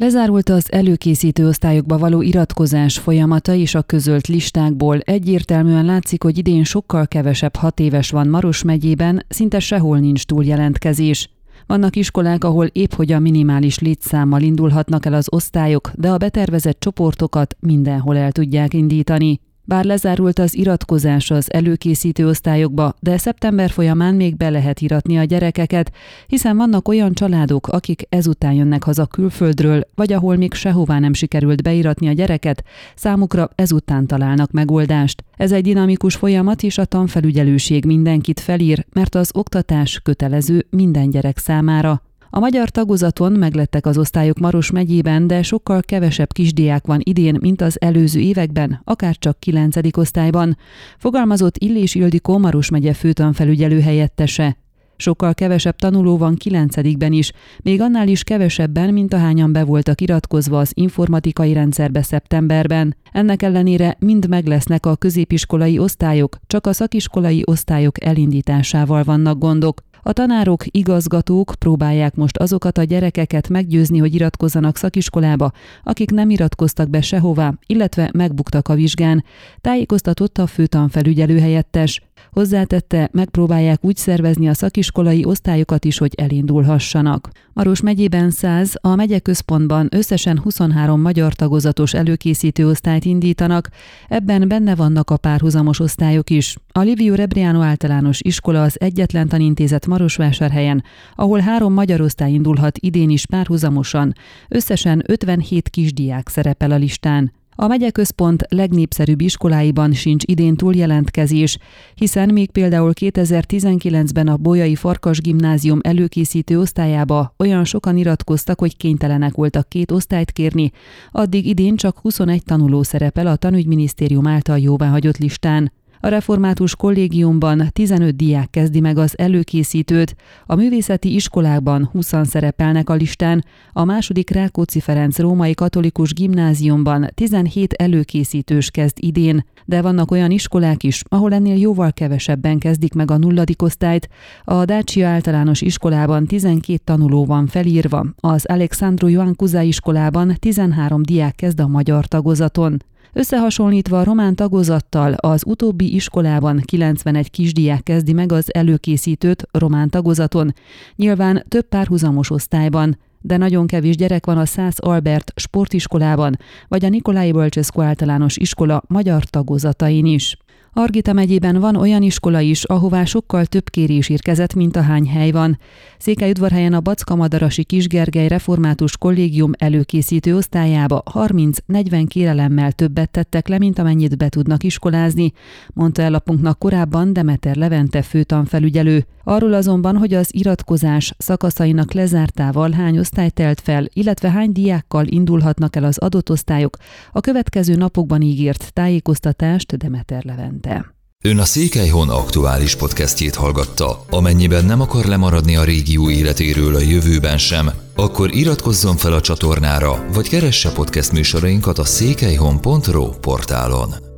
Lezárult az előkészítő osztályokba való iratkozás folyamata, és a közölt listákból egyértelműen látszik, hogy idén sokkal kevesebb 6 éves van Maros megyében, szinte sehol nincs túljelentkezés. Vannak iskolák, ahol épphogy a minimális létszámmal indulhatnak el az osztályok, de a betervezett csoportokat mindenhol el tudják indítani. Bár lezárult az iratkozás az előkészítő osztályokba, de szeptember folyamán még be lehet iratni a gyerekeket, hiszen vannak olyan családok, akik ezután jönnek haza külföldről, vagy ahol még sehová nem sikerült beiratni a gyereket, számukra ezután találnak megoldást. Ez egy dinamikus folyamat, és a tanfelügyelőség mindenkit felír, mert az oktatás kötelező minden gyerek számára. A magyar tagozaton meglettek az osztályok Maros megyében, de sokkal kevesebb kisdiák van idén, mint az előző években, akár csak 9. osztályban, fogalmazott Illés Ildikó Maros megye főtanfelügyelő helyettese. Sokkal kevesebb tanuló van 9-ben is, még annál is kevesebben, mint ahányan be voltak iratkozva az informatikai rendszerbe szeptemberben. Ennek ellenére mind meglesznek a középiskolai osztályok, csak a szakiskolai osztályok elindításával vannak gondok. A tanárok, igazgatók próbálják most azokat a gyerekeket meggyőzni, hogy iratkozzanak szakiskolába, akik nem iratkoztak be sehová, illetve megbuktak a vizsgán, tájékoztatott a főtanfelügyelő helyettes. Hozzátette, megpróbálják úgy szervezni a szakiskolai osztályokat is, hogy elindulhassanak. Maros megyében 100, a megyeközpontban összesen 23 magyar tagozatos előkészítő osztályt indítanak, ebben benne vannak a párhuzamos osztályok is. A Livio Rebriano általános iskola az egyetlen tanintézet Marosvásárhelyen, ahol 3 magyar osztály indulhat idén is párhuzamosan, összesen 57 kisdiák szerepel a listán. A megyeközpont legnépszerűbb iskoláiban sincs idén túljelentkezés, hiszen még például 2019-ben a Bolyai Farkas Gimnázium előkészítő osztályába olyan sokan iratkoztak, hogy kénytelenek voltak 2 osztályt kérni, addig idén csak 21 tanuló szerepel a Tanügyminisztérium által jóváhagyott listán. A református kollégiumban 15 diák kezdi meg az előkészítőt, a művészeti iskolákban 20-an szerepelnek a listán, a második Rákóczi Ferenc római katolikus gimnáziumban 17 előkészítős kezd idén, de vannak olyan iskolák is, ahol ennél jóval kevesebben kezdik meg a 0. osztályt. A Dacia általános iskolában 12 tanuló van felírva, az Alexandru Ioan Cuza iskolában 13 diák kezd a magyar tagozaton. Összehasonlítva a román tagozattal, az utóbbi iskolában 91 kisdiák kezdi meg az előkészítőt román tagozaton, nyilván több párhuzamos osztályban, de nagyon kevés gyerek van a Szász Albert sportiskolában, vagy a Nicolae Bălcescu általános iskola magyar tagozatain is. Argita megyében van olyan iskola is, ahová sokkal több kérés érkezett, mint ahány hely van. Székelyudvarhelyen a Backa-Madarasi Kisgergely Református Kollégium előkészítő osztályába 30-40 kérelemmel többet tettek le, mint amennyit be tudnak iskolázni, mondta el lapunknak korábban Demeter Levente főtanfelügyelő. Arról azonban, hogy az iratkozás szakaszainak lezártával hány osztály telt fel, illetve hány diákkal indulhatnak el az adott osztályok, a következő napokban ígért tájékoztatást Demeter Levente. Ön a Székelyhon aktuális podcastjét hallgatta. Amennyiben nem akar lemaradni a régió életéről a jövőben sem, akkor iratkozzon fel a csatornára, vagy keresse podcast műsorainkat a székelyhon.ro portálon.